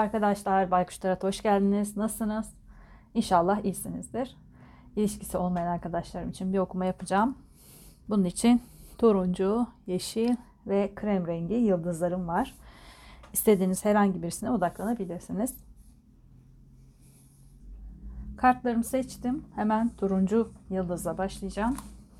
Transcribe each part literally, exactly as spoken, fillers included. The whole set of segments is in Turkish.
arkadaşlar, Baykuş Tarot'a hoş geldiniz. Nasılsınız? İnşallah iyisinizdir. İlişkisi olmayan arkadaşlarım için bir okuma yapacağım. Bunun için turuncu, yeşil ve krem rengi yıldızlarım var. İstediğiniz herhangi birisine odaklanabilirsiniz. Kartlarımı seçtim. Hemen turuncu yıldızla başlayacağım.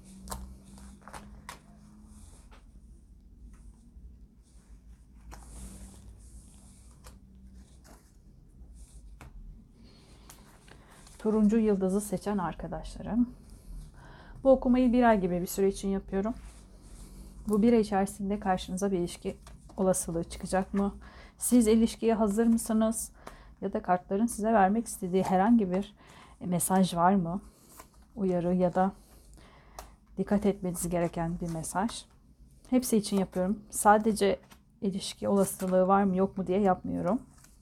Turuncu yıldızı seçen arkadaşlarım. Bu okumayı bir ay gibi bir süre için yapıyorum. Bu bir ay içerisinde karşınıza bir ilişki olasılığı çıkacak mı? Siz ilişkiye hazır mısınız? Ya da kartların size vermek istediği herhangi bir mesaj var mı? Uyarı ya da dikkat etmeniz gereken bir mesaj. Hepsi için yapıyorum. Sadece ilişki olasılığı var mı yok mu diye yapmıyorum.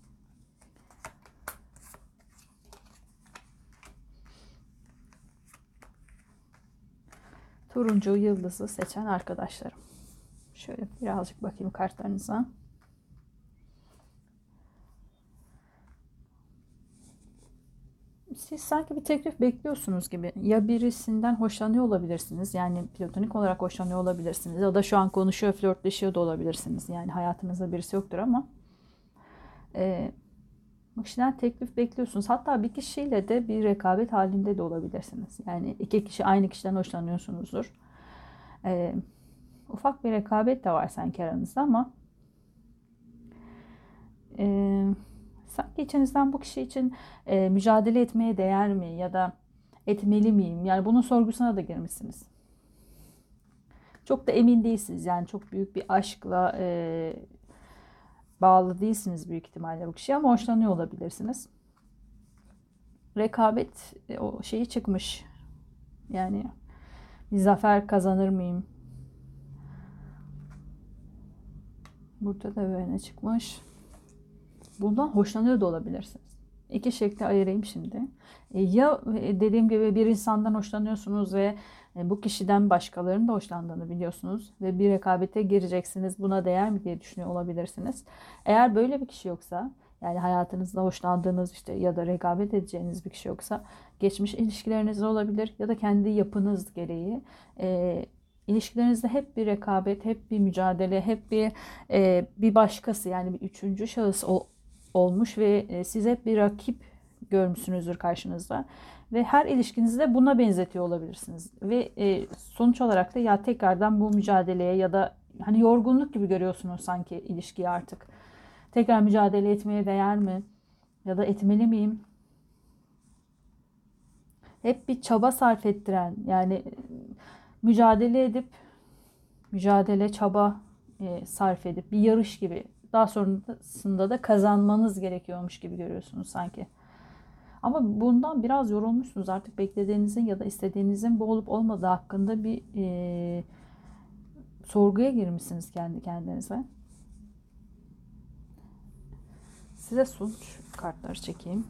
Turuncu yıldızı seçen arkadaşlarım. Şöyle birazcık bakayım kartlarınıza. Siz sanki bir teklif bekliyorsunuz gibi. Ya birisinden hoşlanıyor olabilirsiniz. Yani platonik olarak hoşlanıyor olabilirsiniz. Ya da şu an konuşuyor, flörtleşiyor da olabilirsiniz. Yani hayatınızda birisi yoktur ama e, bu kişiden teklif bekliyorsunuz. Hatta bir kişiyle de bir rekabet halinde de olabilirsiniz. Yani iki kişi aynı kişiden hoşlanıyorsunuzdur. E, ufak bir rekabet de var sanki aranızda ama e, sanki içinizden bu kişi için e, mücadele etmeye değer mi ya da etmeli miyim? Yani bunun sorgusuna da girmişsiniz. Çok da emin değilsiniz. Yani çok büyük bir aşkla e, bağlı değilsiniz büyük ihtimalle bu kişiye ama hoşlanıyor olabilirsiniz. Rekabet e, o şeyi çıkmış. Yani bir zafer kazanır mıyım? Burada da böyle çıkmış. Bundan hoşlanıyor da olabilirsiniz. İki şekli ayırayım şimdi. E, ya e, dediğim gibi bir insandan hoşlanıyorsunuz ve e, bu kişiden başkalarının da hoşlandığını biliyorsunuz ve bir rekabete gireceksiniz. Buna değer mi diye düşünüyor olabilirsiniz. Eğer böyle bir kişi yoksa, yani hayatınızda hoşlandığınız işte ya da rekabet edeceğiniz bir kişi yoksa, geçmiş ilişkileriniz olabilir ya da kendi yapınız gereği e, ilişkilerinizde hep bir rekabet, hep bir mücadele, hep bir e, bir başkası, yani bir üçüncü şahıs ol, olmuş ve e, siz hep bir rakip görmüşsünüzdür karşınızda. Ve her ilişkinizde buna benzetiyor olabilirsiniz. Ve e, sonuç olarak da ya tekrardan bu mücadeleye ya da hani yorgunluk gibi görüyorsunuz sanki ilişkiyi artık. Tekrar mücadele etmeye değer mi? Ya da etmeli miyim? Hep bir çaba sarf ettiren, yani mücadele edip mücadele, çaba e, sarf edip bir yarış gibi, daha sonrasında da kazanmanız gerekiyormuş gibi görüyorsunuz sanki. Ama bundan biraz yorulmuşsunuz. Artık beklediğinizin ya da istediğinizin bu olup olmadığı hakkında bir e, sorguya girmişsiniz kendi kendinize. Size sonuç kartları çekeyim.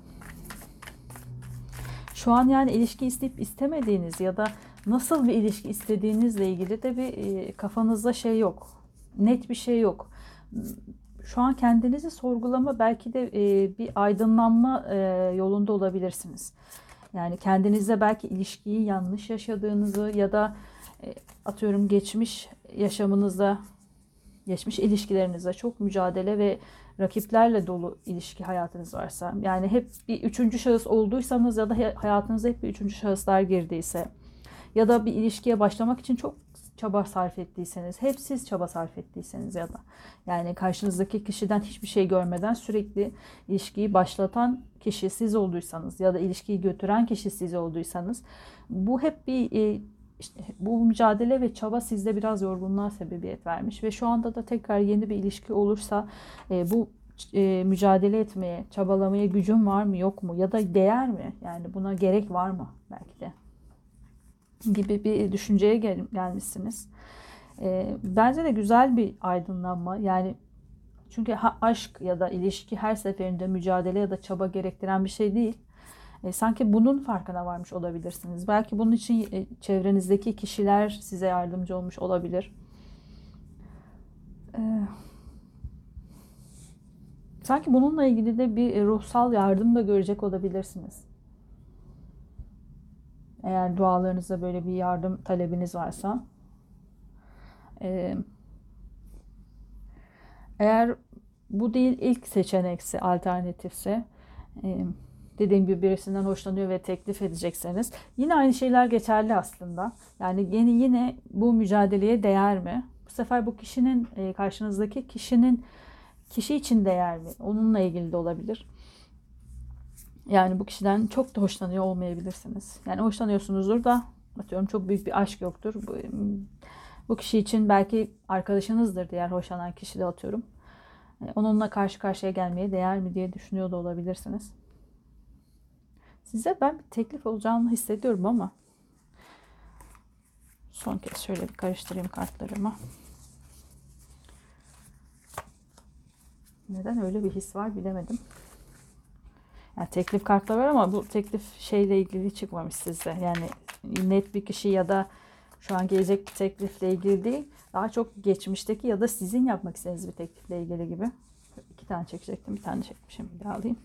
Şu an yani ilişki isteyip istemediğiniz ya da nasıl bir ilişki istediğinizle ilgili de bir e, kafanızda şey yok. Net bir şey yok. Şu an kendinizi sorgulama, belki de e, bir aydınlanma e, yolunda olabilirsiniz. Yani kendinizle belki ilişkiyi yanlış yaşadığınızı ya da e, atıyorum geçmiş yaşamınızda, geçmiş ilişkilerinizde çok mücadele ve rakiplerle dolu ilişki hayatınız varsa, yani hep bir üçüncü şahıs olduysanız ya da hayatınıza hep bir üçüncü şahıslar girdiyse ya da bir ilişkiye başlamak için çok çaba sarf ettiyseniz, hep siz çaba sarf ettiyseniz ya da yani karşınızdaki kişiden hiçbir şey görmeden sürekli ilişkiyi başlatan kişi siz olduysanız ya da ilişkiyi götüren kişi siz olduysanız, bu hep bir e, işte bu mücadele ve çaba sizde biraz yorgunluğa sebebiyet vermiş ve şu anda da tekrar yeni bir ilişki olursa e, bu e, mücadele etmeye, çabalamaya gücün var mı yok mu ya da değer mi? Yani buna gerek var mı belki de gibi bir düşünceye gel gelmişsiniz. E, bence de güzel bir aydınlanma. Yani çünkü ha, aşk ya da ilişki her seferinde mücadele ya da çaba gerektiren bir şey değil. E, sanki bunun farkına varmış olabilirsiniz. Belki bunun için e, çevrenizdeki kişiler size yardımcı olmuş olabilir. E, Sanki bununla ilgili de bir ruhsal yardım da görecek olabilirsiniz. Eğer dualarınızda böyle bir yardım talebiniz varsa. Ee, eğer bu değil ilk seçenekse, alternatifse, e, dediğim gibi birisinden hoşlanıyor ve teklif edecekseniz yine aynı şeyler geçerli aslında. Yani yine yine bu mücadeleye değer mi? Bu sefer bu kişinin, e, karşınızdaki kişinin kişi için değer mi? Onunla ilgili de olabilir. Yani bu kişiden çok da hoşlanıyor olmayabilirsiniz. Yani hoşlanıyorsunuzdur da atıyorum çok büyük bir aşk yoktur. Bu, bu kişi için belki arkadaşınızdır diğer hoşlanan kişi de atıyorum. Onunla karşı karşıya gelmeye değer mi diye düşünüyor da olabilirsiniz. Size ben bir teklif olacağını hissediyorum ama son kez şöyle bir karıştırayım kartlarımı. Neden öyle bir his var bilemedim. Yani teklif kartları var ama bu teklif şeyle ilgili çıkmamış size. Yani net bir kişi ya da şu an gelecek bir teklifle ilgili değil. Daha çok geçmişteki ya da sizin yapmak istediğiniz bir teklifle ilgili gibi. İki tane çekecektim. Bir tane çekmişim. Bir daha alayım.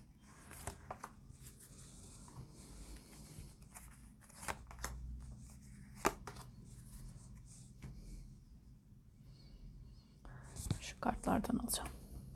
Şu kartlardan alacağım.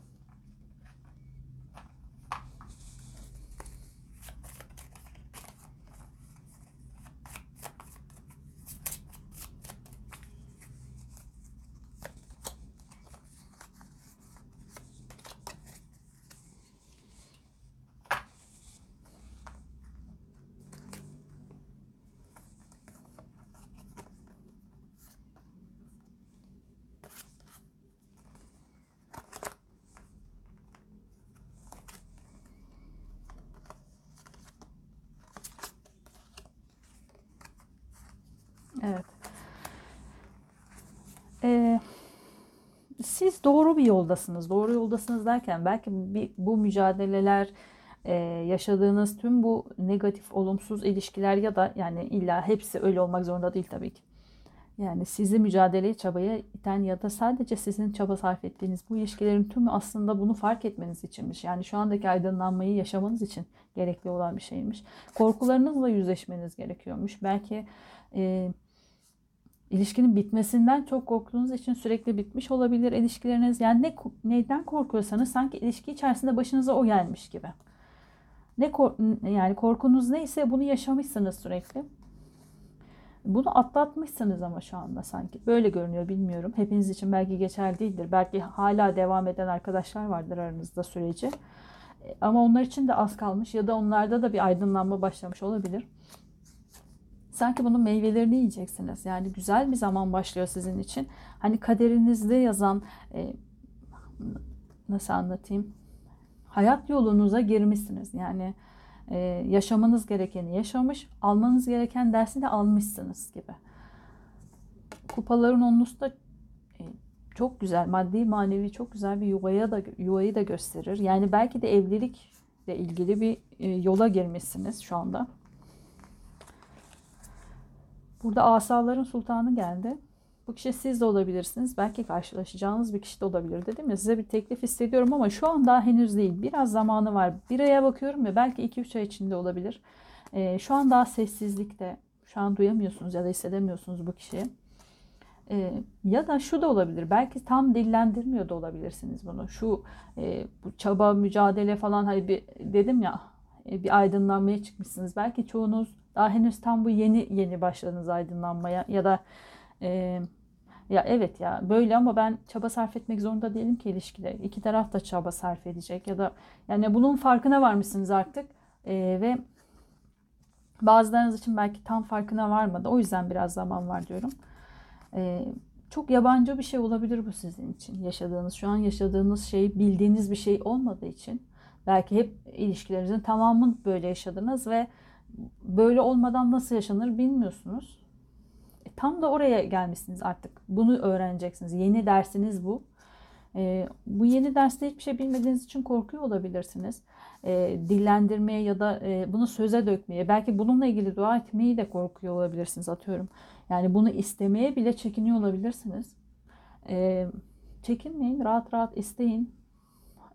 Evet. Ee, siz doğru bir yoldasınız. Doğru yoldasınız derken belki bir, bu mücadeleler, e, yaşadığınız tüm bu negatif, olumsuz ilişkiler ya da yani illa hepsi öyle olmak zorunda değil tabii ki. Yani sizi mücadeleye, çabaya iten ya da sadece sizin çaba sarf ettiğiniz bu ilişkilerin tümü aslında bunu fark etmeniz içinmiş. Yani şu andaki aydınlanmayı yaşamanız için gerekli olan bir şeymiş. Korkularınızla yüzleşmeniz gerekiyormuş. Belki e, İlişkinin bitmesinden çok korktuğunuz için sürekli bitmiş olabilir ilişkileriniz. Yani ne neyden korkuyorsanız sanki ilişki içerisinde başınıza o gelmiş gibi. Ne kor yani korkunuz neyse bunu yaşamışsınız sürekli. Bunu atlatmışsınız ama şu anda sanki. Böyle görünüyor, bilmiyorum. Hepiniz için belki geçerli değildir. Belki hala devam eden arkadaşlar vardır aranızda süreci. Ama onlar için de az kalmış ya da onlarda da bir aydınlanma başlamış olabilir. Sanki bunun meyvelerini yiyeceksiniz. Yani güzel bir zaman başlıyor sizin için. Hani kaderinizde yazan, e, nasıl anlatayım? Hayat yolunuza girmişsiniz. Yani e, yaşamanız gerekeni yaşamış, almanız gereken dersi de almışsınız gibi. Kupaların onlusu da e, çok güzel, maddi manevi çok güzel bir yuvaya da yuvayı da gösterir. Yani belki de evlilikle ilgili bir e, yola girmişsiniz şu anda. Burada asaların sultanı geldi. Bu kişi siz de olabilirsiniz. Belki karşılaşacağınız bir kişi de olabilir dedim ya. Size bir teklif hissediyorum ama şu an daha henüz değil. Biraz zamanı var. Bir aya bakıyorum ya, belki iki üç ay içinde olabilir. Ee, şu an daha sessizlikte. Şu an duyamıyorsunuz ya da hissedemiyorsunuz bu kişiyi. Ee, ya da şu da olabilir. Belki tam dillendirmiyor da olabilirsiniz bunu. Şu e, bu çaba, mücadele falan, hani bir dedim ya, e, bir aydınlanmaya çıkmışsınız. Belki çoğunuz daha henüz tam bu yeni yeni başladınız aydınlanmaya ya da e, ya evet ya böyle ama ben çaba sarf etmek zorunda değilim ki ilişkide. İki taraf da çaba sarf edecek ya da yani bunun farkına varmışsınız artık. E, ve bazılarınız için belki tam farkına varmadı. O yüzden biraz zaman var diyorum. Ee, çok yabancı bir şey olabilir bu sizin için. Yaşadığınız, şu an yaşadığınız şey bildiğiniz bir şey olmadığı için belki hep ilişkilerinizin tamamını böyle yaşadınız ve böyle olmadan nasıl yaşanır bilmiyorsunuz. E, tam da oraya gelmişsiniz artık. Bunu öğreneceksiniz. Yeni dersiniz bu. E, bu yeni derste hiçbir şey bilmediğiniz için korkuyor olabilirsiniz. E, dillendirmeye ya da e, bunu söze dökmeye, belki bununla ilgili dua etmeyi de korkuyor olabilirsiniz atıyorum. Yani bunu istemeye bile çekiniyor olabilirsiniz. E, çekinmeyin, rahat rahat isteyin.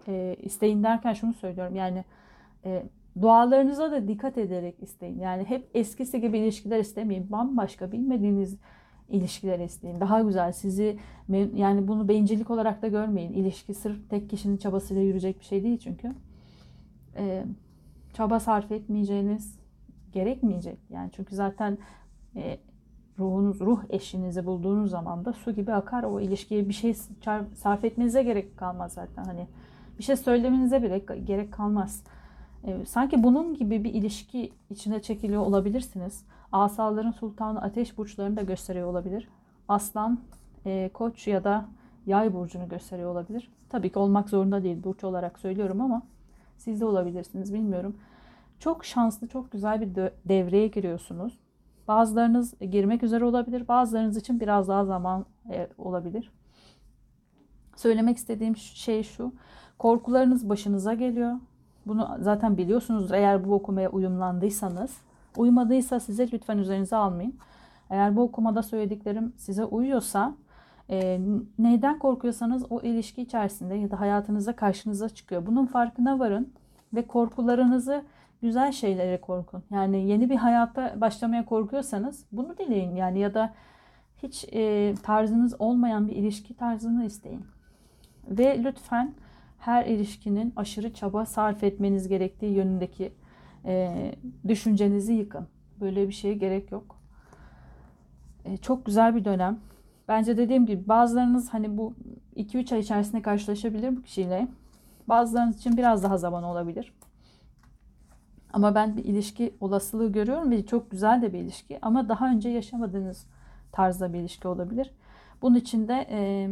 e, isteyin derken şunu söylüyorum. Yani e, dualarınıza da dikkat ederek isteyin. Yani hep eskisi gibi ilişkiler istemeyin. Bambaşka bilmediğiniz ilişkiler isteyin. Daha güzel sizi, yani bunu bencillik olarak da görmeyin. İlişki sırf tek kişinin çabasıyla yürüyecek bir şey değil çünkü. E, çaba sarf etmeyeceğiniz, gerekmeyecek. Yani çünkü zaten e, ruhunuz, ruh eşinizi bulduğunuz zaman da su gibi akar o ilişkiye, bir şey sarf etmenize gerek kalmaz zaten. Hani bir şey söylemenize bile gerek kalmaz. E, sanki bunun gibi bir ilişki içine çekiliyor olabilirsiniz. Asaların sultanı ateş burçlarını da gösteriyor olabilir. Aslan, e, koç ya da yay burcunu gösteriyor olabilir. Tabii ki olmak zorunda değil, burç olarak söylüyorum ama siz de olabilirsiniz, bilmiyorum. Çok şanslı, çok güzel bir devreye giriyorsunuz. Bazılarınız girmek üzere olabilir, bazılarınız için biraz daha zaman e, olabilir. Söylemek istediğim şey şu: korkularınız başınıza geliyor. Bunu zaten biliyorsunuz eğer bu okumaya uyumlandıysanız. Uymadıysa size lütfen üzerinize almayın. Eğer bu okumada söylediklerim size uyuyorsa, e, neyden korkuyorsanız o ilişki içerisinde ya da hayatınızda karşınıza çıkıyor. Bunun farkına varın ve korkularınızı güzel şeylere korkun. Yani yeni bir hayata başlamaya korkuyorsanız bunu dileyin. Yani ya da hiç e, tarzınız olmayan bir ilişki tarzını isteyin. Ve lütfen her ilişkinin aşırı çaba sarf etmeniz gerektiği yönündeki e, düşüncenizi yıkın. Böyle bir şeye gerek yok. E, çok güzel bir dönem. Bence dediğim gibi bazılarınız hani bu iki üç ay içerisinde karşılaşabilir bu kişiyle. Bazılarınız için biraz daha zaman olabilir. Ama ben bir ilişki olasılığı görüyorum ve çok güzel de bir ilişki. Ama daha önce yaşamadığınız tarzda bir ilişki olabilir. Bunun için de e,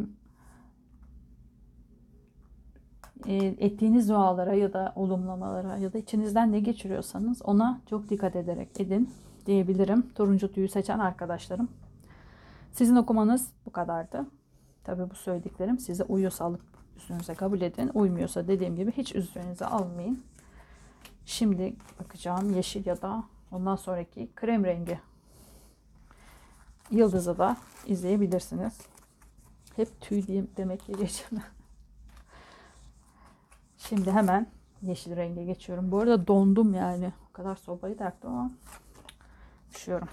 ettiğiniz dualara ya da olumlamalara ya da içinizden ne geçiriyorsanız ona çok dikkat ederek edin diyebilirim. Turuncu tüyü seçen arkadaşlarım. Sizin okumanız bu kadardı. Tabii bu söylediklerim size uyuyorsa alıp üstünüze kabul edin. Uymuyorsa dediğim gibi hiç üzerinize almayın. Şimdi bakacağım yeşil ya da ondan sonraki krem rengi yıldızı da izleyebilirsiniz. Hep tüy diyeyim demek geliyor içime. Şimdi hemen yeşil renge geçiyorum. Bu arada dondum yani. O kadar sobayı taktım ama üşüyorum.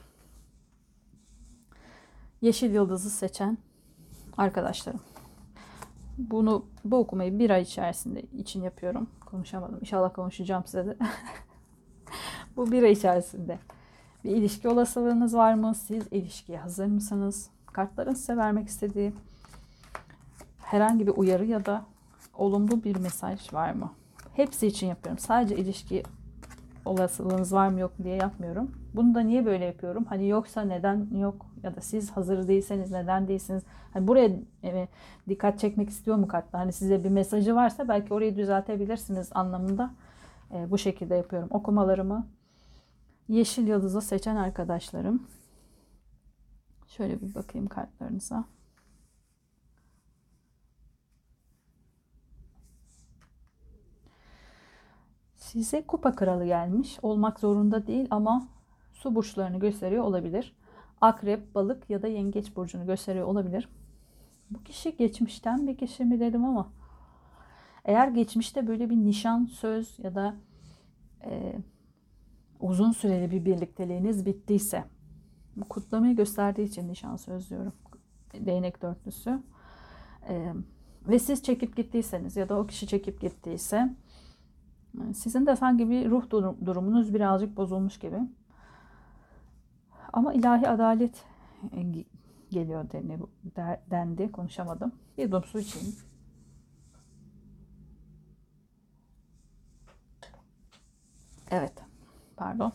Yeşil yıldızı seçen arkadaşlarım. Bunu, bu okumayı bir ay içerisinde için yapıyorum. Konuşamadım. İnşallah konuşacağım size de. Bu bir ay içerisinde bir ilişki olasılığınız var mı? Siz ilişkiye hazır mısınız? Kartların size vermek istediği herhangi bir uyarı ya da olumlu bir mesaj var mı? Hepsi için yapıyorum. Sadece ilişki olasılığınız var mı yok mu diye yapmıyorum. Bunu da niye böyle yapıyorum? Hani yoksa neden yok? Ya da siz hazır değilseniz neden değilsiniz? Hani buraya e, dikkat çekmek istiyor mu kartlar? Hani size bir mesajı varsa belki orayı düzeltebilirsiniz anlamında. E, bu şekilde yapıyorum okumalarımı. Yeşil yıldızı seçen arkadaşlarım. Şöyle bir bakayım kartlarınıza. Size kupa kralı gelmiş. Olmak zorunda değil ama su burçlarını gösteriyor olabilir. Akrep, balık ya da yengeç burcunu gösteriyor olabilir. Bu kişi geçmişten bir kişi mi dedim ama eğer geçmişte böyle bir nişan, söz ya da e, uzun süreli bir birlikteliğiniz bittiyse, bu kutlamayı gösterdiği için nişan, söz diyorum. Değnek dörtlüsü. E, ve siz çekip gittiyseniz ya da o kişi çekip gittiyse, sizin de sanki bir ruh durumunuz birazcık bozulmuş gibi. Ama ilahi adalet geliyor dendi. Konuşamadım. Bir yudum su içeyim. Evet. Pardon.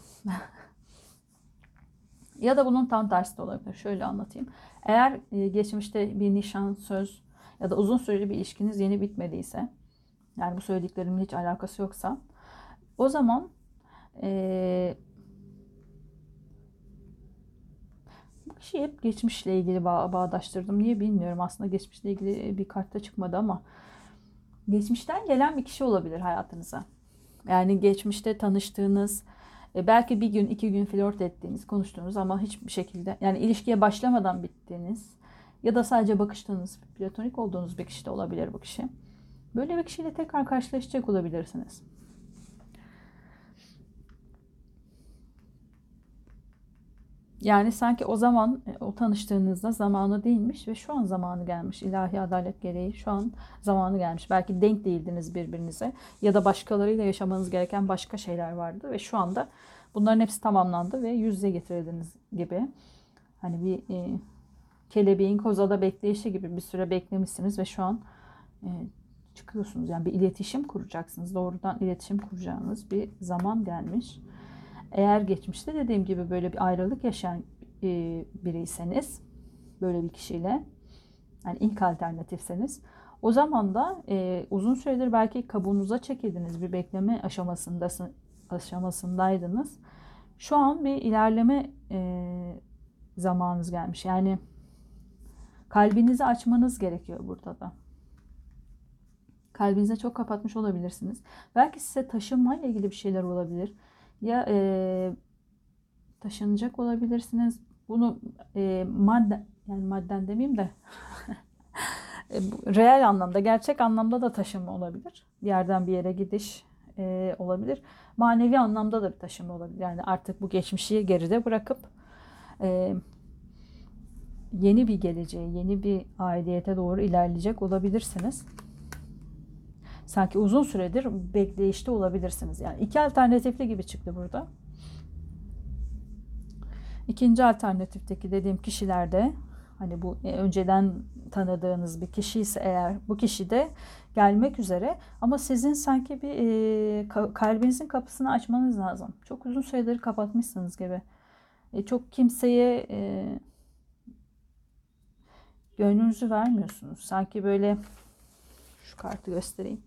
Ya da bunun tam tersi de olabilir. Şöyle anlatayım. Eğer geçmişte bir nişan, söz ya da uzun süreli bir ilişkiniz yeni bitmediyse, yani bu söylediklerimin hiç alakası yoksa, o zaman e, bu kişiyi hep geçmişle ilgili bağ, bağdaştırdım. Niye bilmiyorum. Aslında geçmişle ilgili bir kartta çıkmadı ama geçmişten gelen bir kişi olabilir hayatınıza. Yani geçmişte tanıştığınız, belki bir gün, iki gün flört ettiğiniz, konuştuğunuz ama hiçbir şekilde, yani ilişkiye başlamadan bittiğiniz ya da sadece bakıştığınız, platonik olduğunuz bir kişi de olabilir bu kişi. Böyle bir kişiyle tekrar karşılaşacak olabilirsiniz. Yani sanki o zaman, o tanıştığınızda zamanı değilmiş ve şu an zamanı gelmiş. İlahi adalet gereği şu an zamanı gelmiş. Belki denk değildiniz birbirinize ya da başkalarıyla yaşamanız gereken başka şeyler vardı ve şu anda bunların hepsi tamamlandı ve yüz yüze getirildiniz gibi. Hani bir e, kelebeğin kozada bekleyişi gibi bir süre beklemişsiniz ve şu an e, çıkıyorsunuz. Yani bir iletişim kuracaksınız. Doğrudan iletişim kuracağınız bir zaman gelmiş. Eğer geçmişte dediğim gibi böyle bir ayrılık yaşayan e, biriyseniz, böyle bir kişiyle, yani ilk alternatifseniz, o zaman da e, uzun süredir belki kabuğunuza çekildiğiniz bir bekleme aşamasındasın, aşamasındaydınız. Şu an bir ilerleme e, zamanınız gelmiş. Yani kalbinizi açmanız gerekiyor burada da. Kalbinize çok kapatmış olabilirsiniz. Belki size taşınmayla ilgili bir şeyler olabilir. Ya e, taşınacak olabilirsiniz. Bunu e, madde, yani madden demeyeyim de e, reel anlamda, gerçek anlamda da taşınma olabilir. Bir yerden bir yere gidiş e, olabilir. Manevi anlamda da bir taşınma olabilir. Yani artık bu geçmişi geride bırakıp e, yeni bir geleceğe, yeni bir aidiyete doğru ilerleyecek olabilirsiniz. Sanki uzun süredir bekleyişte olabilirsiniz. Yani iki alternatifli gibi çıktı burada. İkinci alternatifteki dediğim kişilerde, hani bu önceden tanıdığınız bir kişi ise eğer, bu kişi de gelmek üzere ama sizin sanki bir e, kalbinizin kapısını açmanız lazım. Çok uzun süredir kapatmışsınız gibi. E, çok kimseye e, gönlünüzü vermiyorsunuz. Sanki böyle, şu kartı göstereyim.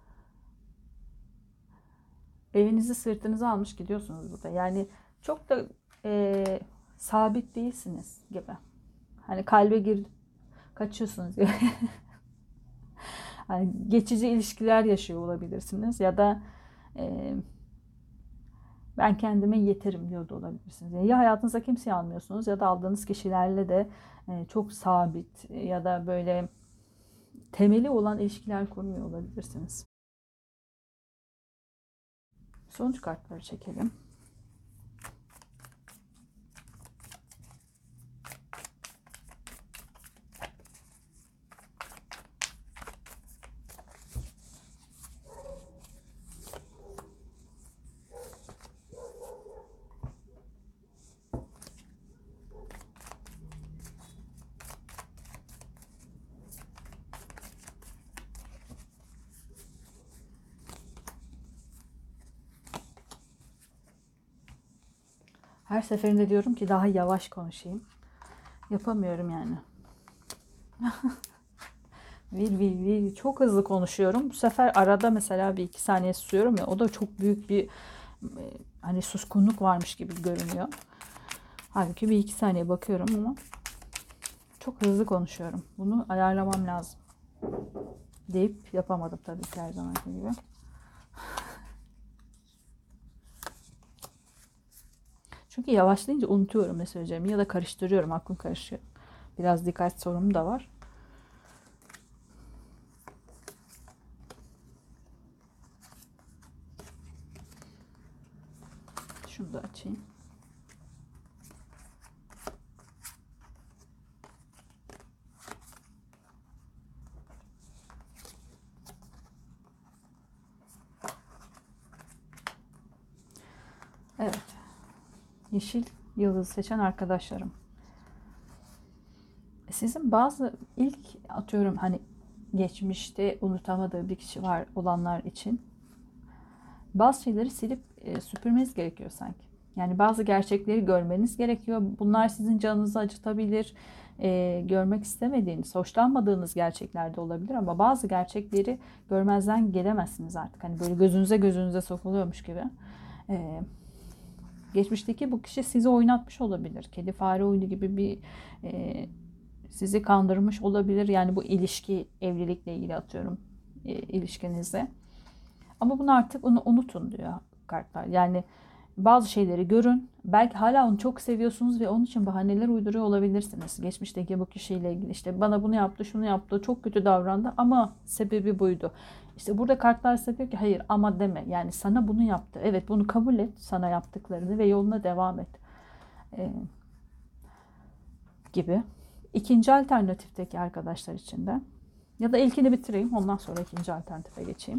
Evinizi sırtınıza almış gidiyorsunuz burada. Yani çok da e, sabit değilsiniz gibi. Hani kalbe gir, kaçıyorsunuz gibi. Yani geçici ilişkiler yaşıyor olabilirsiniz ya da e, ben kendime yeterim diyor da olabilirsiniz. Yani ya hayatınıza kimseyi almıyorsunuz ya da aldığınız kişilerle de e, çok sabit ya da böyle temeli olan ilişkiler kurmuyor olabilirsiniz. Sonuç kartları çekelim. Her seferinde diyorum ki daha yavaş konuşayım. Yapamıyorum yani. Vil vil vil çok hızlı konuşuyorum. Bu sefer arada mesela bir iki saniye susuyorum ya, o da çok büyük bir e, hani suskunluk varmış gibi görünüyor. Halbuki bir iki saniye bakıyorum ama çok hızlı konuşuyorum. Bunu ayarlamam lazım deyip yapamadım tabii ki her zamanki gibi. Çünkü yavaşlayınca unutuyorum ne söyleyeceğimi ya da karıştırıyorum, aklım karışıyor. Biraz dikkat sorunum da var. Şunu da açayım. Evet. Yeşil yıldız seçen arkadaşlarım. Sizin bazı ilk atıyorum hani geçmişte unutamadığı bir kişi var olanlar için bazı şeyleri silip e, süpürmeniz gerekiyor sanki. Yani bazı gerçekleri görmeniz gerekiyor. Bunlar sizin canınızı acıtabilir. E, görmek istemediğiniz, hoşlanmadığınız gerçekler de olabilir ama bazı gerçekleri görmezden gelemezsiniz artık. Hani böyle gözünüze gözünüze sokuluyormuş gibi. E, geçmişteki bu kişi sizi oynatmış olabilir. Kedi fare oyunu gibi bir e, sizi kandırmış olabilir. Yani bu ilişki, evlilikle ilgili atıyorum e, ilişkinizde. Ama bunu artık onu unutun diyor kartlar. Yani bazı şeyleri görün. Belki hala onu çok seviyorsunuz ve onun için bahaneler uyduruyor olabilirsiniz. Geçmişteki bu kişiyle ilgili işte bana bunu yaptı, şunu yaptı, çok kötü davrandı ama sebebi buydu. İşte burada kartlar size diyor ki hayır ama deme. Yani sana bunu yaptı. Evet, bunu kabul et, sana yaptıklarını, ve yoluna devam et. Ee, gibi. İkinci alternatifteki arkadaşlar için de, ya da ilkini bitireyim, ondan sonra ikinci alternatife geçeyim.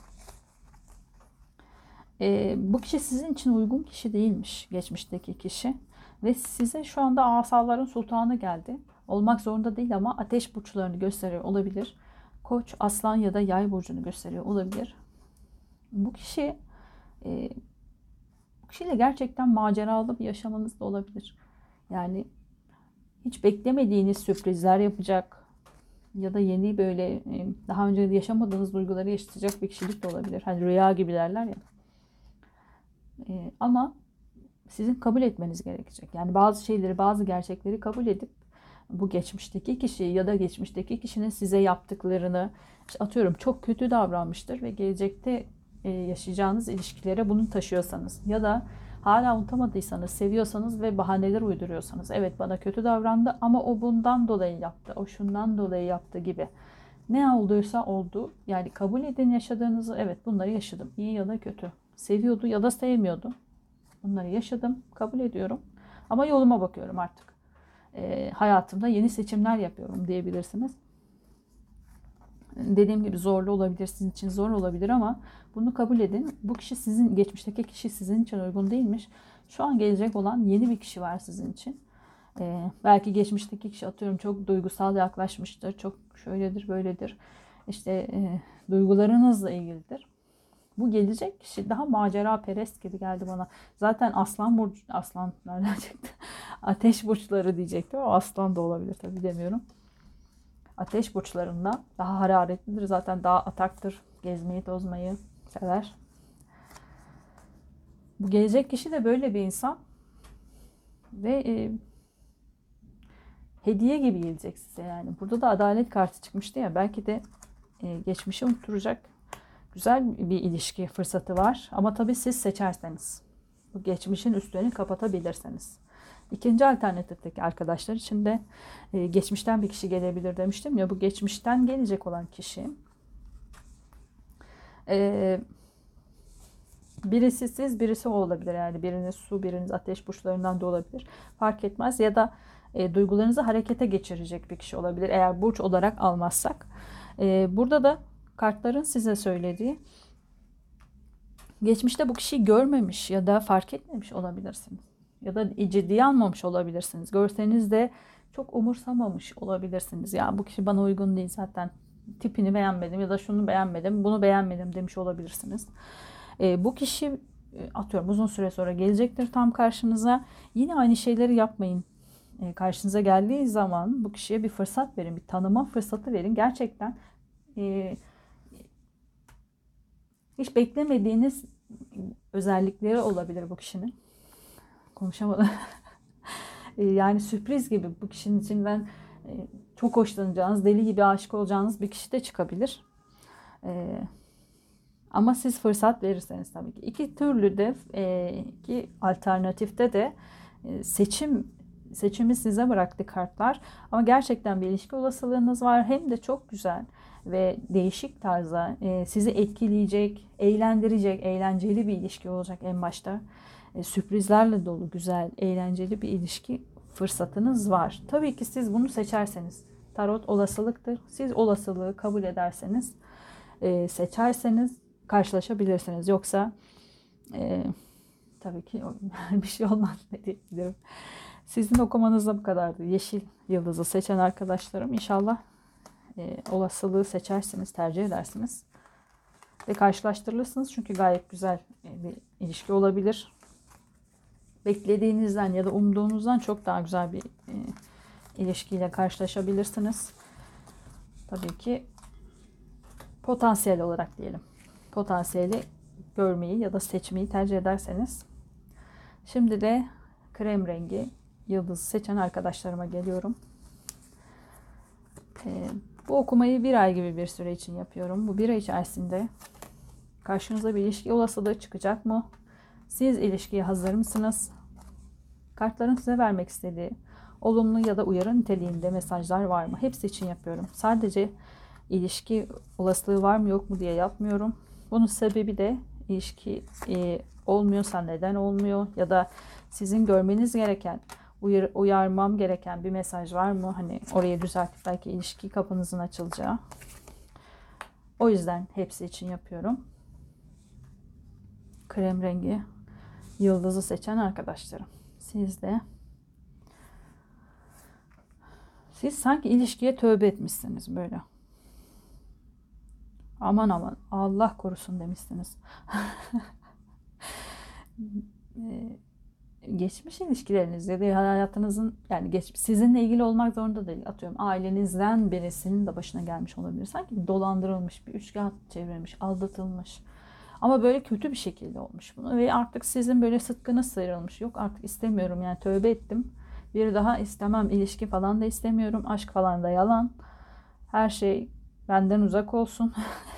Ee, bu kişi sizin için uygun kişi değilmiş, geçmişteki kişi. Ve size şu anda asaların sultanı geldi. Olmak zorunda değil ama ateş burçlarını gösteriyor olabilir. Koç, aslan ya da yay burcunu gösteriyor olabilir. Bu kişi e, bu kişiyle gerçekten maceralı bir yaşamanız da olabilir. Yani hiç beklemediğiniz sürprizler yapacak ya da yeni böyle e, daha önce yaşamadığınız duyguları yaşatacak bir kişilik de olabilir. Hani rüya gibi derler ya. E, ama sizin kabul etmeniz gerekecek. Yani bazı şeyleri, bazı gerçekleri kabul edip bu geçmişteki kişi ya da geçmişteki kişinin size yaptıklarını, işte atıyorum çok kötü davranmıştır ve gelecekte e, yaşayacağınız ilişkilere bunu taşıyorsanız ya da hala unutamadıysanız, seviyorsanız ve bahaneler uyduruyorsanız, evet bana kötü davrandı ama o bundan dolayı yaptı, o şundan dolayı yaptı gibi. Ne olduysa oldu. Yani kabul edin yaşadığınızı. Evet, bunları yaşadım. İyi ya da kötü. Seviyordu ya da sevmiyordu. Bunları yaşadım. Kabul ediyorum. Ama yoluma bakıyorum artık. E, hayatımda yeni seçimler yapıyorum diyebilirsiniz. Dediğim gibi zorlu olabilir, sizin için zor olabilir ama bunu kabul edin. Bu kişi sizin, geçmişteki kişi sizin için uygun değilmiş. Şu an gelecek olan yeni bir kişi var sizin için. Ee, belki geçmişteki kişi atıyorum çok duygusal yaklaşmıştır. Çok şöyledir, böyledir. İşte e, duygularınızla ilgilidir. Bu gelecek kişi daha macera perest gibi geldi bana. Zaten aslan burcu, aslan nereden çıktı? Ateş burçları diyecektim ama aslan da olabilir tabii, demiyorum. Ateş burçlarında daha hararetlidir. Zaten daha ataktır. Gezmeyi, tozmayı sever. Bu gelecek kişi de böyle bir insan. Ve e, hediye gibi gelecek size yani. Burada da adalet kartı çıkmıştı ya. Belki de e, geçmişi unutturacak güzel bir ilişki fırsatı var. Ama tabii siz seçerseniz. Bu geçmişin üstlerini kapatabilirseniz. İkinci alternatifteki arkadaşlar için de e, geçmişten bir kişi gelebilir demiştim ya. Bu geçmişten gelecek olan kişi e, birisi siz, birisi o olabilir. Yani biriniz su, biriniz ateş burçlarından da olabilir. Fark etmez. Ya da e, duygularınızı harekete geçirecek bir kişi olabilir. Eğer burç olarak almazsak. E, burada da kartların size söylediği, geçmişte bu kişiyi görmemiş ya da fark etmemiş olabilirsiniz. Ya da ciddiye almamış olabilirsiniz. Görseniz de çok umursamamış olabilirsiniz. Ya bu kişi bana uygun değil, zaten tipini beğenmedim ya da şunu beğenmedim, bunu beğenmedim demiş olabilirsiniz. E, bu kişi atıyorum uzun süre sonra gelecektir tam karşınıza. Yine aynı şeyleri yapmayın. E, karşınıza geldiği zaman bu kişiye bir fırsat verin, bir tanıma fırsatı verin. Gerçekten e, hiç beklemediğiniz özellikleri olabilir bu kişinin. Konuşamadım. Yani sürpriz gibi bu kişinin içinden çok hoşlanacağınız, deli gibi aşık olacağınız bir kişi de çıkabilir. Ama siz fırsat verirseniz tabii ki. İki türlü de, iki alternatifte de seçim seçimi size bıraktı kartlar. Ama gerçekten bir ilişki olasılığınız var. Hem de çok güzel ve değişik tarzda sizi etkileyecek, eğlendirecek, eğlenceli bir ilişki olacak en başta. Sürprizlerle dolu, güzel, eğlenceli bir ilişki fırsatınız var. Tabii ki siz bunu seçerseniz. Tarot olasılıktır. Siz olasılığı kabul ederseniz, seçerseniz karşılaşabilirsiniz. Yoksa e, tabii ki bir şey olmaz diyebilirim. Sizin okumanız da bu kadardı. Yeşil yıldızı seçen arkadaşlarım, İnşallah e, olasılığı seçersiniz, tercih edersiniz. Ve karşılaştırılırsınız. Çünkü gayet güzel bir ilişki olabilir. Beklediğinizden ya da umduğunuzdan çok daha güzel bir e, ilişkiyle karşılaşabilirsiniz. Tabii ki potansiyel olarak diyelim. Potansiyeli görmeyi ya da seçmeyi tercih ederseniz. Şimdi de krem rengi yıldız seçen arkadaşlarıma geliyorum. Ee, bu okumayı bir ay gibi bir süre için yapıyorum. Bu bir ay içerisinde karşınıza bir ilişki olasılığı çıkacak mı? Siz ilişkiye hazır mısınız? Kartların size vermek istediği olumlu ya da uyarı niteliğinde mesajlar var mı? Hepsi için yapıyorum. Sadece ilişki olasılığı var mı yok mu diye yapmıyorum. Bunun sebebi de ilişki e, olmuyorsa neden olmuyor ya da sizin görmeniz gereken, uyar, uyarmam gereken bir mesaj var mı? Hani oraya düzeltip belki ilişki kapınızın açılacağı. O yüzden hepsi için yapıyorum. Krem rengi yıldızı seçen arkadaşlarım. Siz de siz sanki ilişkiye tövbe etmişsiniz böyle. Aman aman Allah korusun demişsiniz. Geçmiş ilişkilerinizde de hayatınızın yani geç, sizinle ilgili olmak zorunda değil. Atıyorum ailenizden birisinin de başına gelmiş olabilir. Sanki dolandırılmış, bir üçkağıt çevrilmiş, aldatılmış. Ama böyle kötü bir şekilde olmuş bunu ve artık sizin böyle sıtkınız sıyrılmış. Yok artık istemiyorum yani tövbe ettim. Bir daha istemem, ilişki falan da istemiyorum. Aşk falan da yalan. Her şey benden uzak olsun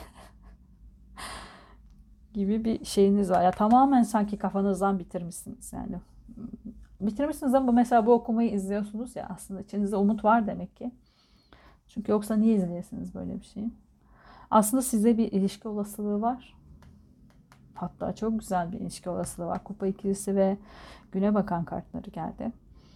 gibi bir şeyiniz var. Ya tamamen sanki kafanızdan bitirmişsiniz yani. Bitirmişsiniz ama mesela bu okumayı izliyorsunuz ya aslında içinizde umut var demek ki. Çünkü yoksa niye izleyesiniz böyle bir şeyi? Aslında size bir ilişki olasılığı var. Hatta çok güzel bir ilişki olasılığı var. Kupa ikilisi ve güne bakan kartları geldi.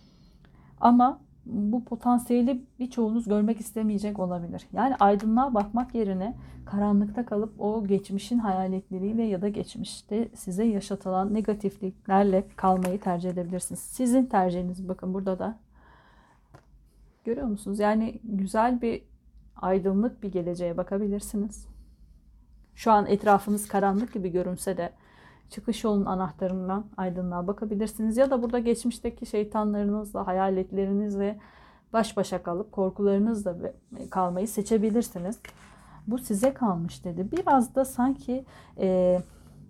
Ama bu potansiyeli birçoğunuz görmek istemeyecek olabilir. Yani aydınlığa bakmak yerine karanlıkta kalıp o geçmişin hayaletleriyle ya da geçmişte size yaşatılan negatifliklerle kalmayı tercih edebilirsiniz. Sizin tercihiniz bakın burada da. Görüyor musunuz? Yani güzel bir aydınlık bir geleceğe bakabilirsiniz. Şu an etrafınız karanlık gibi görünse de çıkış yolunun anahtarından aydınlığa bakabilirsiniz. Ya da burada geçmişteki şeytanlarınızla, hayaletlerinizle baş başa kalıp korkularınızla kalmayı seçebilirsiniz. Bu size kalmış dedi. Biraz da sanki e,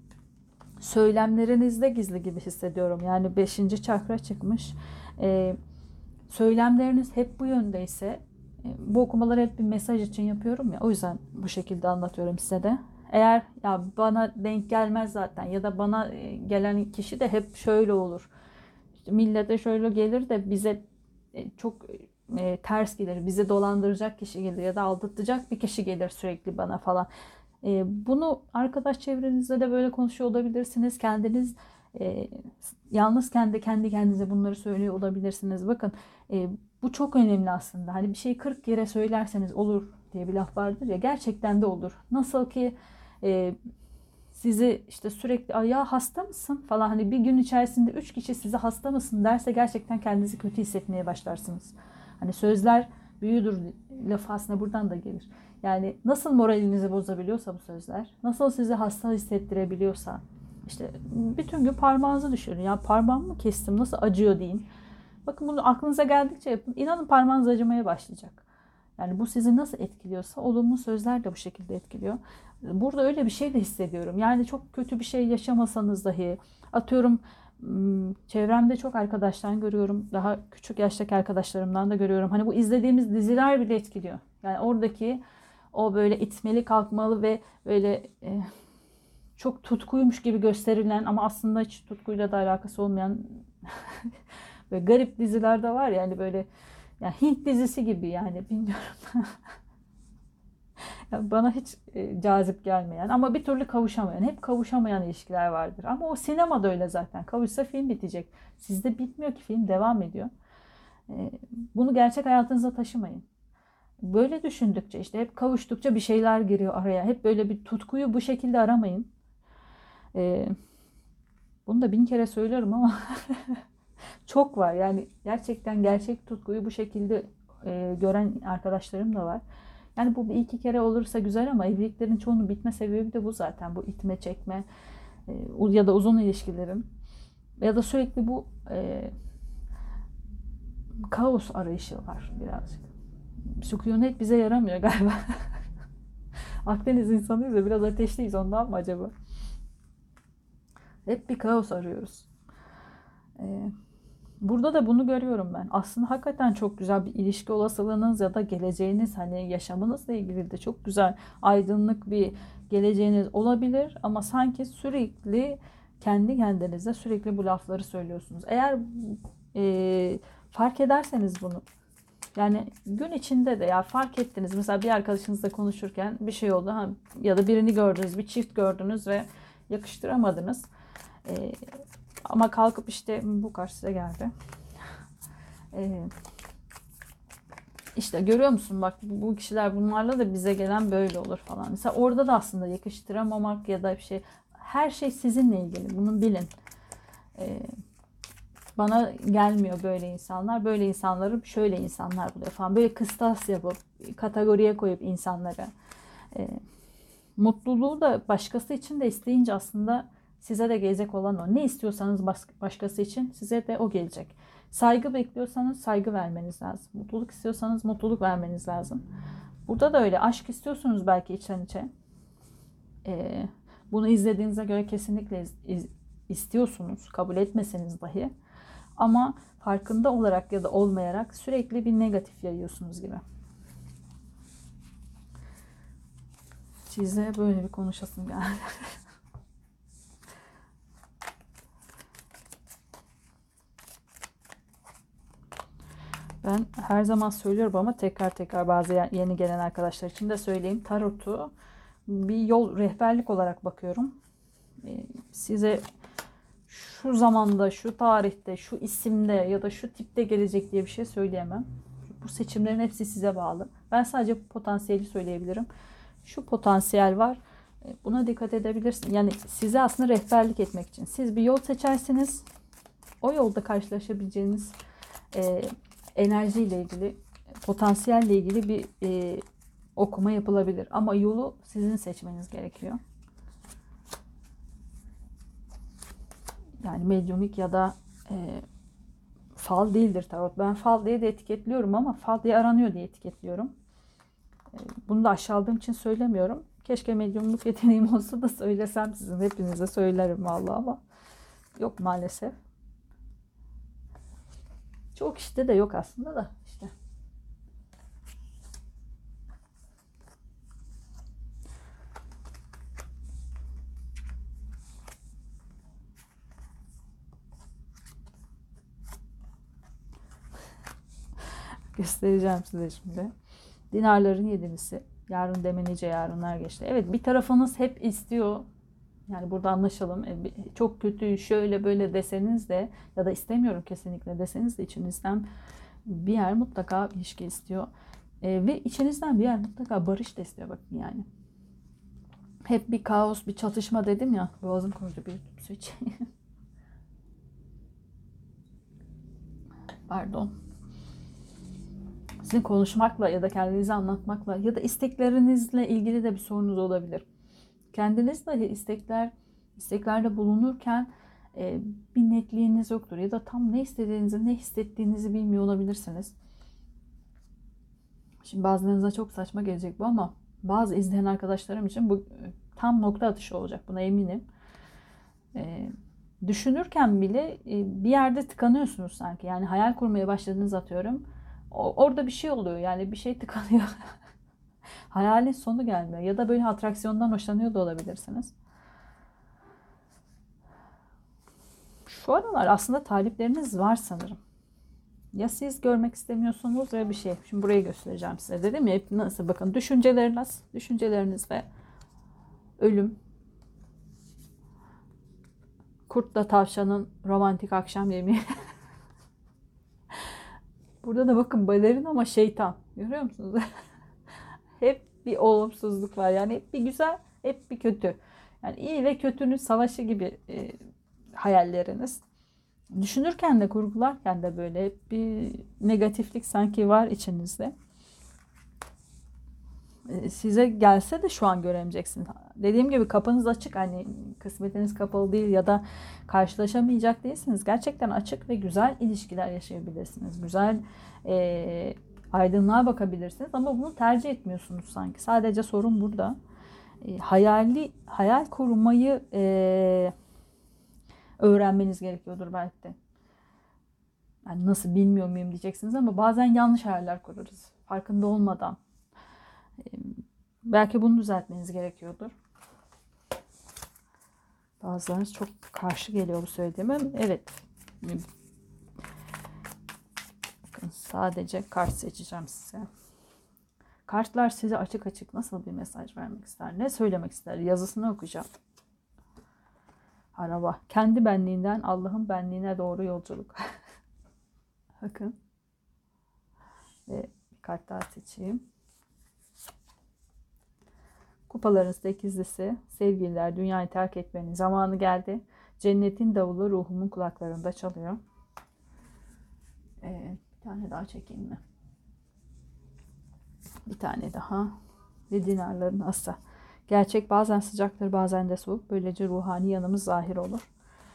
söylemlerinizde gizli gibi hissediyorum. Yani beşinci çakra çıkmış. E, söylemleriniz hep bu yöndeyse, e, bu okumaları hep bir mesaj için yapıyorum ya. O yüzden bu şekilde anlatıyorum size de. Eğer ya bana denk gelmez zaten ya da bana gelen kişi de hep şöyle olur. İşte millete şöyle gelir de bize çok e, ters gelir. Bizi dolandıracak kişi gelir ya da aldatacak bir kişi gelir sürekli bana falan. E, bunu arkadaş çevrenizde de böyle konuşuyor olabilirsiniz. Kendiniz e, yalnızken de kendi kendinize bunları söylüyor olabilirsiniz. Bakın e, bu çok önemli aslında. Hani bir şeyi kırk kere söylerseniz olur diye bir laf vardır ya. Gerçekten de olur. Nasıl ki e, sizi işte sürekli ya hasta mısın falan hani bir gün içerisinde üç kişi size hasta mısın derse gerçekten kendinizi kötü hissetmeye başlarsınız. Hani sözler büyüdür lafı aslında buradan da gelir. Yani nasıl moralinizi bozabiliyorsa bu sözler, nasıl sizi hasta hissettirebiliyorsa işte bütün gün parmağınızı düşürün. Ya parmağımı mı kestim nasıl acıyor deyin. Bakın bunu aklınıza geldikçe yapın. İnanın parmağınız acımaya başlayacak. Yani bu sizi nasıl etkiliyorsa olumlu sözler de bu şekilde etkiliyor. Burada öyle bir şey de hissediyorum. Yani çok kötü bir şey yaşamasanız dahi atıyorum çevremde çok arkadaşlar görüyorum. Daha küçük yaştaki arkadaşlarımdan da görüyorum. Hani bu izlediğimiz diziler bile etkiliyor. Yani oradaki o böyle itmeli kalkmalı ve böyle e, çok tutkuymuş gibi gösterilen ama aslında hiç tutkuyla da alakası olmayan böyle garip diziler de var yani böyle yani Hint dizisi gibi yani bilmiyorum. Yani bana hiç e, cazip gelmeyen ama bir türlü kavuşamayan, hep kavuşamayan ilişkiler vardır. Ama o sinemada öyle zaten. Kavuşsa film bitecek. Sizde bitmiyor ki film devam ediyor. E, bunu gerçek hayatınıza taşımayın. Böyle düşündükçe işte hep kavuştukça bir şeyler giriyor araya. Hep böyle bir tutkuyu bu şekilde aramayın. E, bunu da bin kere söylüyorum ama çok var. Yani gerçekten gerçek tutkuyu bu şekilde e, gören arkadaşlarım da var. Yani bu bir iki kere olursa güzel ama evliliklerin çoğunun bitme sebebi de bu zaten. Bu itme çekme e, ya da uzun ilişkilerin ya da sürekli bu e, kaos arayışı var birazcık. Sükunet bize yaramıyor galiba. Akdeniz insanıyız ya biraz ateşliyiz ondan mı acaba? Hep bir kaos arıyoruz. E, Burada da bunu görüyorum ben. Aslında hakikaten çok güzel bir ilişki olasılığınız ya da geleceğiniz hani yaşamınızla ilgili de çok güzel aydınlık bir geleceğiniz olabilir ama sanki sürekli kendi kendinize sürekli bu lafları söylüyorsunuz. Eğer e, fark ederseniz bunu Yani gün içinde de ya fark ettiniz. Mesela bir arkadaşınızla konuşurken bir şey oldu. Ha, ya da birini gördünüz, bir çift gördünüz ve yakıştıramadınız. Ee, ama kalkıp işte bu karşı size geldi. Ee, işte görüyor musun bak bu kişiler bunlarla da bize gelen böyle olur falan. Mesela orada da aslında yakıştıramamak ya da bir şey. Her şey sizinle ilgili. Bunu bilin. Ee, Bana gelmiyor böyle insanlar. Böyle insanları şöyle insanlar buluyor falan. Böyle kıstas yapıp, kategoriye koyup insanları. E, mutluluğu da başkası için de isteyince aslında size de gelecek olan o. Ne istiyorsanız başkası için size de o gelecek. Saygı bekliyorsanız saygı vermeniz lazım. Mutluluk istiyorsanız mutluluk vermeniz lazım. Burada da öyle. Aşk istiyorsunuz belki içten içe. E, bunu izlediğinize göre kesinlikle iz, iz, istiyorsunuz. Kabul etmeseniz dahi. Ama farkında olarak ya da olmayarak sürekli bir negatif yayıyorsunuz gibi. Size böyle bir konuşasım geldi. Ben her zaman söylüyorum ama tekrar tekrar bazı yeni gelen arkadaşlar için de söyleyeyim. Tarotu bir yol rehberlik olarak bakıyorum. Size şu zamanda, şu tarihte, şu isimde ya da şu tipte gelecek diye bir şey söyleyemem. Bu seçimlerin hepsi size bağlı. Ben sadece potansiyeli söyleyebilirim. Şu potansiyel var. Buna dikkat edebilirsin. Yani size aslında rehberlik etmek için. Siz bir yol seçersiniz. O yolda karşılaşabileceğiniz e, enerjiyle ilgili, potansiyelle ilgili bir e, okuma yapılabilir. Ama yolu sizin seçmeniz gerekiyor. Yani medyumik ya da e, fal değildir tarot. Ben fal diye de etiketliyorum ama fal diye aranıyor diye etiketliyorum. E, bunu da aşağıladığım için söylemiyorum. Keşke medyumluk yeteneğim olsa da söylesem sizin hepinize söylerim vallahi ama yok maalesef. Çok işte de yok aslında da işte. Göstereceğim size şimdi. Dinarların yedilisi. Yarın deme nice yarınlar geçti. Evet bir tarafınız hep istiyor. Yani burada anlaşalım. Çok kötü şöyle böyle deseniz de ya da istemiyorum kesinlikle deseniz de içinizden bir yer mutlaka ilişki istiyor. E, ve içinizden bir yer mutlaka barış da istiyor bakın yani. Hep bir kaos, bir çatışma dedim ya. Boğazım kurudu bir su içeyim. Pardon. Sizin konuşmakla ya da kendinizi anlatmakla ya da isteklerinizle ilgili de bir sorunuz olabilir. Kendinizle istekler, isteklerde bulunurken e, bir netliğiniz yoktur ya da tam ne istediğinizi, ne hissettiğinizi bilmiyor olabilirsiniz. Şimdi bazılarınıza çok saçma gelecek bu ama bazı izleyen arkadaşlarım için bu tam nokta atışı olacak. Buna eminim. E, düşünürken bile e, bir yerde tıkanıyorsunuz sanki. Yani hayal kurmaya başladığınız atıyorum. O, orada bir şey oluyor. Yani bir şey tıkanıyor. Hayalin sonu gelmiyor. Ya da böyle atraksiyondan hoşlanıyor da olabilirsiniz. Şu aralar aslında talipleriniz var sanırım. Ya siz görmek istemiyorsunuz ya bir şey. Şimdi burayı göstereceğim size. Dedim ya hep nasıl bakın. Düşünceleriniz, düşüncelerinizde ölüm, kurtla tavşanın romantik akşam yemeği. Burada da bakın balerin ama şeytan. Görüyor musunuz? Hep bir olumsuzluk var. Yani hep bir güzel, hep bir kötü. Yani iyi ve kötünün savaşı gibi e, hayalleriniz. Düşünürken de kurgularken de böyle hep bir negatiflik sanki var içinizde. E, size gelse de şu an göremeyeceksiniz. Dediğim gibi kapınız açık. Hani kısmetiniz kapalı değil ya da karşılaşamayacak değilsiniz. Gerçekten açık ve güzel ilişkiler yaşayabilirsiniz. Güzel e, aydınlığa bakabilirsiniz ama bunu tercih etmiyorsunuz sanki. Sadece sorun burada. E, hayali hayal kurmayı e, öğrenmeniz gerekiyordur belki de. Yani nasıl bilmiyor muyum diyeceksiniz ama bazen yanlış hayaller kurarız. Farkında olmadan. E, belki bunu düzeltmeniz gerekiyordur. Bazılarınız çok karşı geliyor bu söylediğime. Evet. Bakın Sadece kart seçeceğim size. Kartlar size açık açık nasıl bir mesaj vermek ister? Ne söylemek ister? Yazısını okuyacağım. Araba. Kendi benliğinden Allah'ın benliğine doğru yolculuk. Bakın. Ve bir kart daha seçeyim. Kupaların sekizlisi. Sevgililer, dünyayı terk etmenin zamanı geldi. Cennetin davulu ruhumun kulaklarında çalıyor. Ee, bir tane daha çekeyim mi? Bir tane daha. Ve dinarların ası. Gerçek bazen sıcaktır, bazen de soğuk. Böylece ruhani yanımız zahir olur.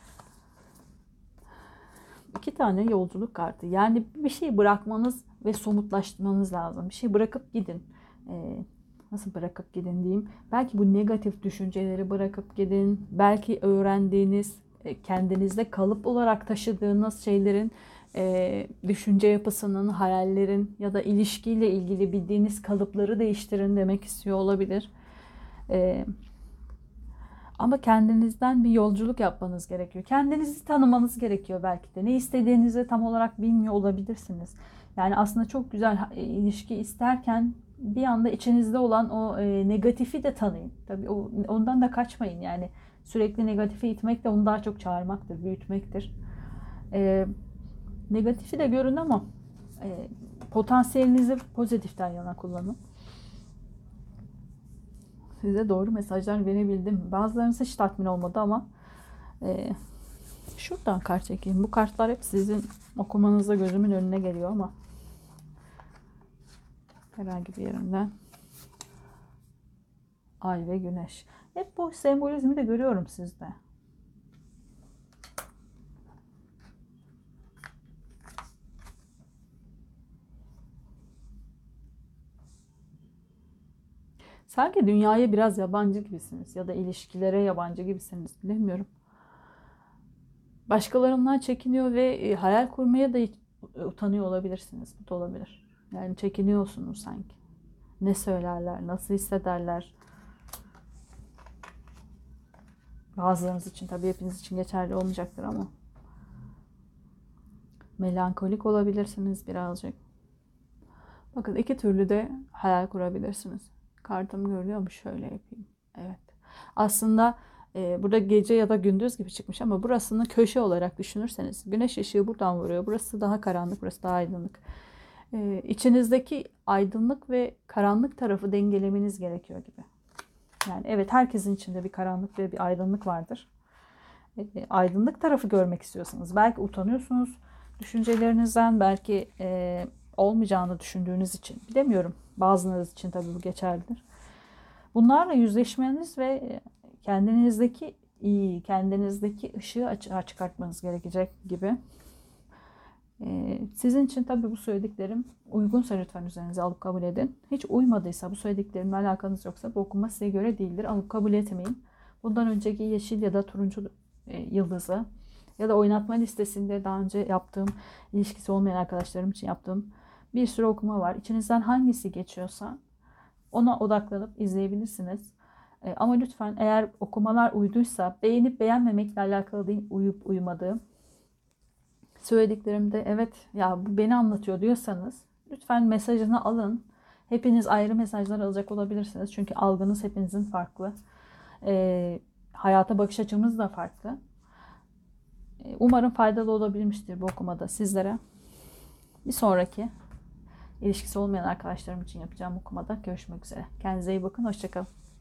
İki tane yolculuk kartı. Yani bir şey bırakmanız ve somutlaştırmanız lazım. Bir şey bırakıp gidin. Ee, nasıl bırakıp gidin diyeyim. Belki bu negatif düşünceleri bırakıp gidin. Belki öğrendiğiniz, kendinizde kalıp olarak taşıdığınız şeylerin, e, düşünce yapısının, hayallerin ya da ilişkiyle ilgili bildiğiniz kalıpları değiştirin demek istiyor olabilir. E, ama kendinizden bir yolculuk yapmanız gerekiyor. Kendinizi tanımanız gerekiyor belki de. Ne istediğinizi tam olarak bilmiyor olabilirsiniz. Yani aslında çok güzel ilişki isterken bir anda içinizde olan o e, negatifi de tanıyın. Tabii o, ondan da kaçmayın. Yani sürekli negatifi itmek de onu daha çok çağırmaktır, büyütmektir. E, negatifi de görün ama e, potansiyelinizi pozitiften yana kullanın. Size doğru mesajlar verebildim. Bazılarınız hiç tatmin olmadı ama e, şuradan kart çekeyim. Bu kartlar hep sizin okumanızda gözümün önüne geliyor ama herhangi bir yerinden. Ay ve güneş. Hep bu sembolizmi de görüyorum sizde. Sanki dünyaya biraz yabancı gibisiniz ya da ilişkilere yabancı gibisiniz. Bilemiyorum. Başkalarından çekiniyor ve hayal kurmaya da utanıyor olabilirsiniz. Bu da olabilir. Yani çekiniyorsunuz sanki. Ne söylerler, nasıl hissederler. Bazılarınız için, tabii hepiniz için geçerli olmayacaktır ama melankolik olabilirsiniz birazcık. Bakın iki türlü de hayal kurabilirsiniz. Kartım görülüyor mu? Şöyle yapayım. Evet. Aslında e, burada gece ya da gündüz gibi çıkmış ama burasını köşe olarak düşünürseniz güneş ışığı buradan vuruyor. Burası daha karanlık, burası daha aydınlık. E, içinizdeki aydınlık ve karanlık tarafı dengelemeniz gerekiyor gibi. Yani evet, herkesin içinde bir karanlık ve bir aydınlık vardır. E, aydınlık tarafı görmek istiyorsanız belki utanıyorsunuz düşüncelerinizden, belki e, olmayacağını düşündüğünüz için. Bilemiyorum. Bazılarınız için tabii bu geçerlidir. Bunlarla yüzleşmeniz ve kendinizdeki iyi, kendinizdeki ışığı açığa çıkartmanız gerekecek gibi. Ee, sizin için tabii bu söylediklerim uygunsa lütfen üzerinize alıp kabul edin. Hiç uymadıysa, bu söylediklerimle alakanız yoksa bu okuma size göre değildir. Alıp kabul etmeyin. Bundan önceki yeşil ya da turuncu e, yıldızı ya da oynatma listesinde daha önce yaptığım, ilişkisi olmayan arkadaşlarım için yaptığım bir sürü okuma var. İçinizden hangisi geçiyorsa ona odaklanıp izleyebilirsiniz. E, ama lütfen eğer okumalar uyduysa, beğenip beğenmemekle alakalı değil, uyup uyumadığım. Söylediklerimde evet ya bu beni anlatıyor diyorsanız lütfen mesajını alın. Hepiniz ayrı mesajlar alacak olabilirsiniz. Çünkü algınız hepinizin farklı. E, hayata bakış açımız da farklı. E, umarım faydalı olabilmiştir bu okumada sizlere. Bir sonraki ilişkisi olmayan arkadaşlarım için yapacağım okumada görüşmek üzere. Kendinize iyi bakın. Hoşça kalın.